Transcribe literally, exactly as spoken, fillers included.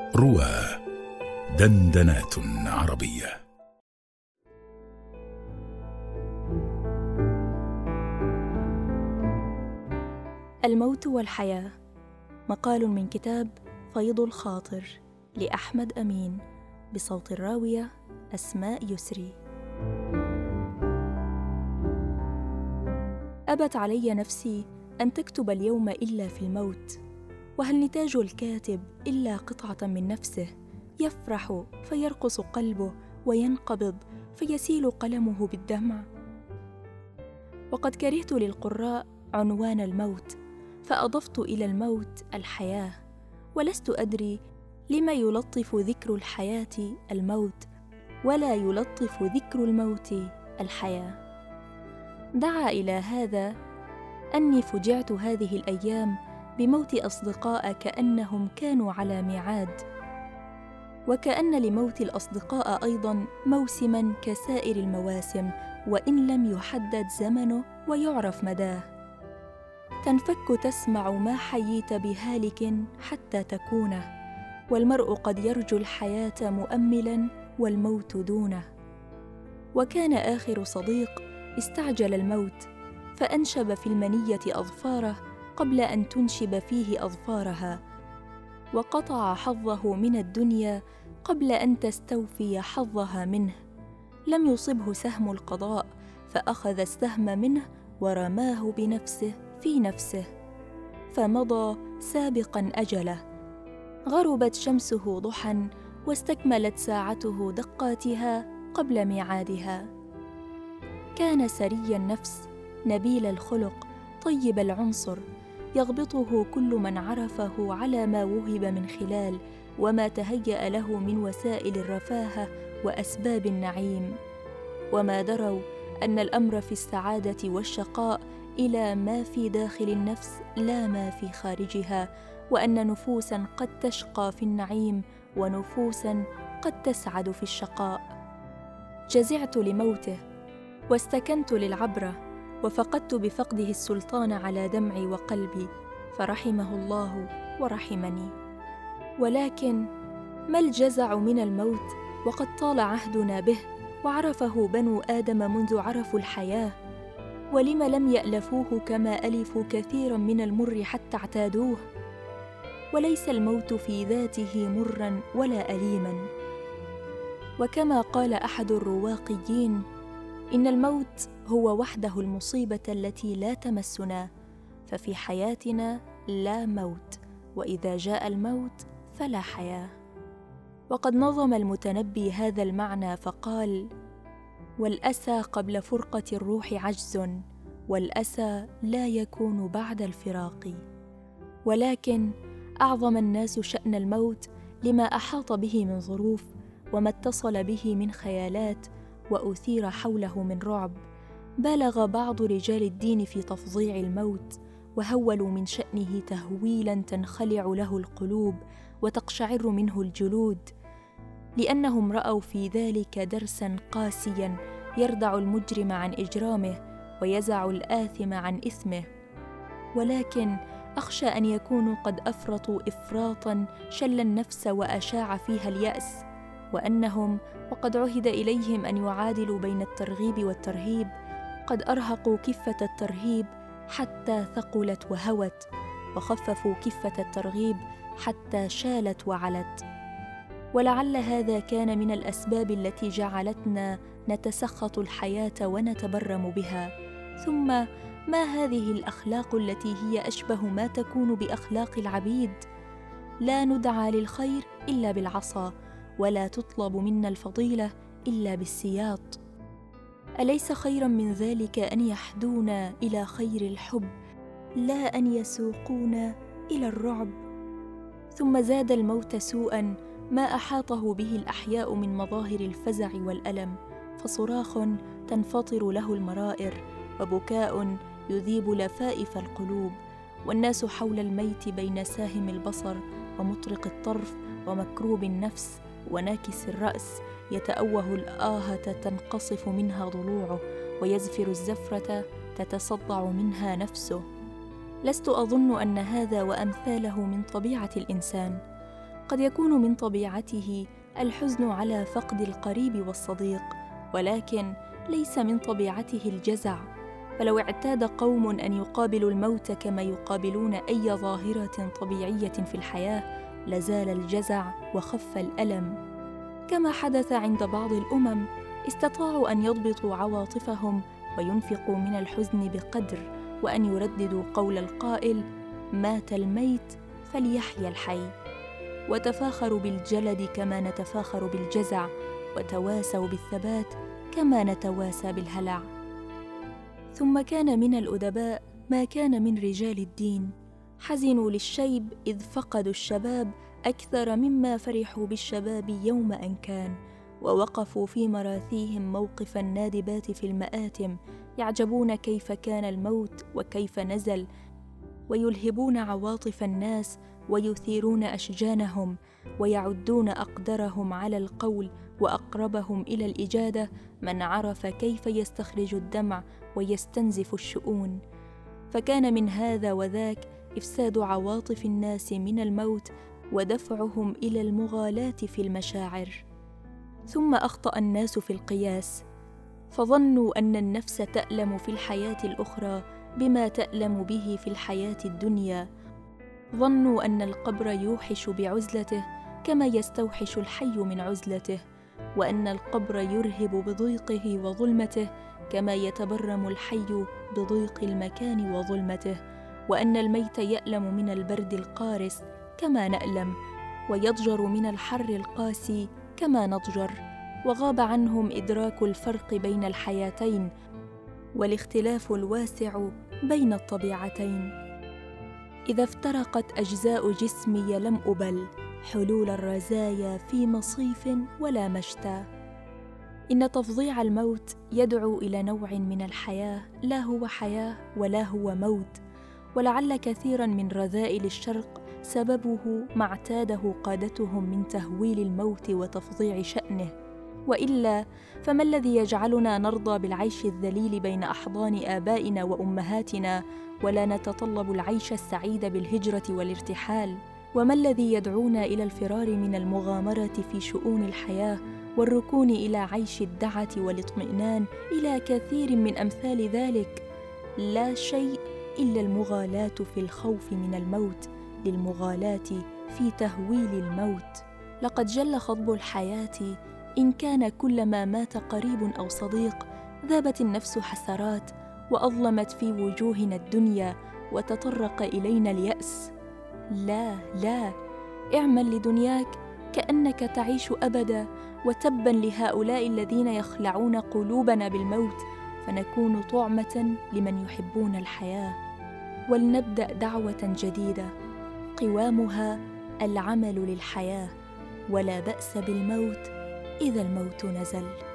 روى دندنات عربية. الموت والحياة، مقال من كتاب فيض الخاطر لأحمد أمين، بصوت الراوية أسماء يسري. أبت علي نفسي أن تكتب اليوم إلا في الموت، وهل نتاج الكاتب إلا قطعة من نفسه، يفرح فيرقص قلبه وينقبض فيسيل قلمه بالدمع. وقد كرهت للقراء عنوان الموت، فأضفت إلى الموت الحياة، ولست أدري لما يلطف ذكر الحياة الموت، ولا يلطف ذكر الموت الحياة. دعا إلى هذا أني فجعت هذه الأيام بموت أصدقاء كأنهم كانوا على ميعاد، وكأن لموت الأصدقاء أيضاً موسماً كسائر المواسم، وإن لم يحدد زمنه ويعرف مداه. تنفك تسمع ما حييت بهالك حتى تكونه، والمرء قد يرجو الحياة مؤملاً والموت دونه. وكان آخر صديق استعجل الموت، فأنشب في المنية أظفاره قبل أن تنشب فيه أظفارها، وقطع حظه من الدنيا قبل أن تستوفي حظها منه. لم يصبه سهم القضاء، فأخذ السهم منه ورماه بنفسه في نفسه، فمضى سابقا أجله. غربت شمسه ضحى، واستكملت ساعته دقاتها قبل ميعادها. كان سري النفس، نبيل الخلق، طيب العنصر، يغبطه كل من عرفه على ما وهب من خلال وما تهيأ له من وسائل الرفاهة وأسباب النعيم، وما دروا أن الأمر في السعادة والشقاء إلى ما في داخل النفس لا ما في خارجها، وأن نفوساً قد تشقى في النعيم ونفوساً قد تسعد في الشقاء. جزعت لموته واستكنت للعبرة، وفقدت بفقده السلطان على دمعي وقلبي، فرحمه الله ورحمني. ولكن ما الجزع من الموت وقد طال عهدنا به، وعرفه بنو آدم منذ عرفوا الحياة؟ ولم لم يألفوه كما ألفوا كثيرا من المر حتى اعتادوه؟ وليس الموت في ذاته مراً ولا أليماً. وكما قال أحد الرواقيين: إن الموت هو وحده المصيبة التي لا تمسنا، ففي حياتنا لا موت، وإذا جاء الموت فلا حياة. وقد نظم المتنبي هذا المعنى فقال: والأسى قبل فرقة الروح عجز، والأسى لا يكون بعد الفراق. ولكن أعظم الناس شأن الموت لما أحاط به من ظروف، وما اتصل به من خيالات، وأثير حوله من رعب. بالغ بعض رجال الدين في تفظيع الموت، وهولوا من شأنه تهويلاً تنخلع له القلوب وتقشعر منه الجلود، لأنهم رأوا في ذلك درساً قاسياً يردع المجرم عن إجرامه ويزع الآثم عن إثمه. ولكن أخشى أن يكونوا قد أفرطوا إفراطاً شل النفس وأشاع فيها اليأس، وأنهم وقد عهد إليهم أن يعادلوا بين الترغيب والترهيب قد أرهقوا كفة الترهيب حتى ثقلت وهوت، وخففوا كفة الترغيب حتى شالت وعلت. ولعل هذا كان من الأسباب التي جعلتنا نتسخط الحياة ونتبرم بها. ثم ما هذه الأخلاق التي هي أشبه ما تكون بأخلاق العبيد؟ لا ندعى للخير إلا بالعصا، ولا تطلب منا الفضيلة إلا بالسياط. أليس خيراً من ذلك أن يحدونا إلى خير الحب، لا أن يسوقونا إلى الرعب؟ ثم زاد الموت سوءاً ما أحاطه به الأحياء من مظاهر الفزع والألم، فصراخ تنفطر له المرائر، وبكاء يذيب لفائف القلوب، والناس حول الميت بين ساهم البصر ومطرق الطرف ومكروب النفس وناكس الرأس، يتأوه الآهة تنقصف منها ضلوعه، ويزفر الزفرة تتصدع منها نفسه. لست أظن أن هذا وأمثاله من طبيعة الإنسان. فقد يكون من طبيعته الحزن على فقد القريب والصديق، ولكن ليس من طبيعته الجزع. فلو اعتاد قوم أن يقابلوا الموت كما يقابلون أي ظاهرة طبيعية في الحياة لزال الجزع وخف الألم. كما حدث عند بعض الأمم، استطاعوا أن يضبطوا عواطفهم وينفقوا من الحزن بقدر، وأن يرددوا قول القائل: مات الميت فليحيا الحي. وتفاخروا بالجلد كما نتفاخر بالجزع، وتواسوا بالثبات كما نتواسى بالهلع. ثم كان من الأدباء ما كان من رجال الدين، حزنوا للشيب إذ فقدوا الشباب أكثر مما فرحوا بالشباب يوم أن كان، ووقفوا في مراثيهم موقف النادبات في المآتم، يعجبون كيف كان الموت وكيف نزل، ويلهبون عواطف الناس ويثيرون أشجانهم، ويعدون أقدرهم على القول وأقربهم إلى الإجادة من عرف كيف يستخرج الدمع ويستنزف الشؤون. فكان من هذا وذاك إفساد عواطف الناس من الموت ودفعهم إلى المغالاة في المشاعر. ثم أخطأ الناس في القياس، فظنوا أن النفس تألم في الحياة الأخرى بما تألم به في الحياة الدنيا. ظنوا أن القبر يوحش بعزلته كما يستوحش الحي من عزلته، وأن القبر يرهب بضيقه وظلمته كما يتبرم الحي بضيق المكان وظلمته، وأن الميت يألم من البرد القارس كما نألم، ويضجر من الحر القاسي كما نضجر. وغاب عنهم إدراك الفرق بين الحياتين والاختلاف الواسع بين الطبيعتين. إذا افترقت أجزاء جسمي لم أبل حلول الرزايا في مصيف ولا مشتى. إن تفظيع الموت يدعو إلى نوع من الحياة لا هو حياة ولا هو موت، ولعل كثيراً من رذائل الشرق سببه ما اعتاده قادتهم من تهويل الموت وتفظيع شأنه. وإلا فما الذي يجعلنا نرضى بالعيش الذليل بين أحضان آبائنا وأمهاتنا ولا نتطلب العيش السعيد بالهجرة والارتحال؟ وما الذي يدعونا إلى الفرار من المغامرة في شؤون الحياة والركون إلى عيش الدعة والاطمئنان إلى كثير من أمثال ذلك؟ لا شيء إلا المغالاة في الخوف من الموت للمغالاة في تهويل الموت. لقد جل خضب الحياة إن كان كلما مات قريب أو صديق ذابت النفس حسرات وأظلمت في وجوهنا الدنيا وتطرق إلينا اليأس. لا لا، اعمل لدنياك كأنك تعيش أبدا، وتبا لهؤلاء الذين يخلعون قلوبنا بالموت، فنكون طعمة لمن يحبون الحياة. ولنبدأ دعوة جديدة قوامها العمل للحياة، ولا بأس بالموت إذا الموت نزل.